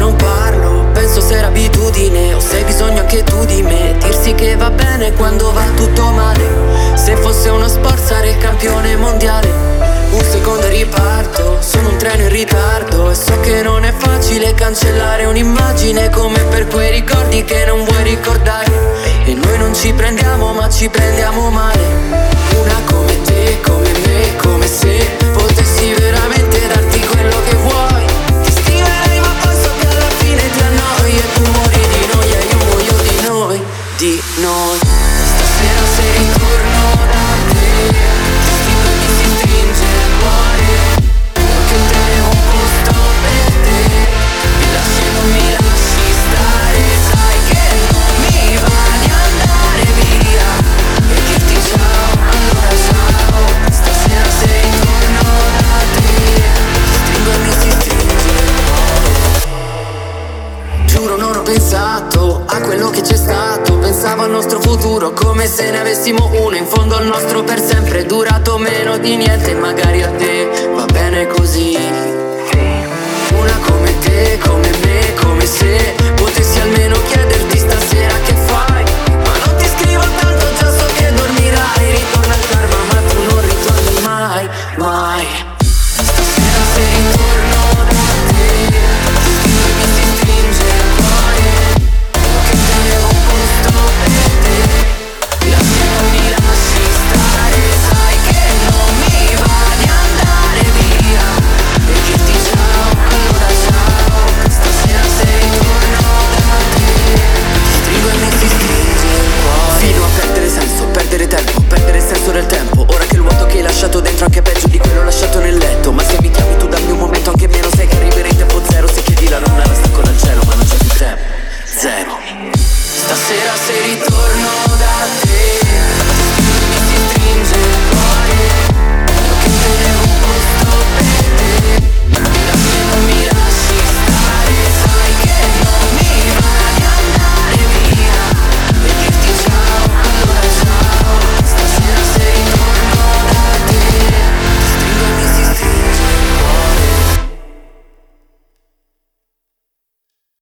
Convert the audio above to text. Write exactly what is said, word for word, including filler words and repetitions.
non parlo, penso se era abitudine o se hai bisogno anche tu di me. Dirsi che va bene quando va tutto male. Se fosse uno sport sarei campione mondiale. Un secondo e riparto, sono un treno in ritardo. E so che non è facile cancellare un'immagine, come per quei ricordi che non vuoi ricordare. E noi non ci prendiamo ma ci prendiamo male. Una come te, come me, come se potessi veramente darti quello che vuoi. Ti scriverei ma poi so che alla fine ti annoi. E tu muori di noia e io muoio di noi, di noi. Stasera se ritorno da te, ti scrivo e mi si stringe il cuore. Che te ne ho un posto per te, mi lasci e non mi lasci stare. Sai che non mi va di andare via e dirti ciao, allora ciao. Stasera se ritorno da te, ti stringo e mi si stringe il cuore. Giuro non ho pensato a quello che c'è stato. Pensavo al nostro futuro come se ne avessimo uno. In fondo il nostro per sempre è durato meno di niente. Magari a te va bene così. Una come te, come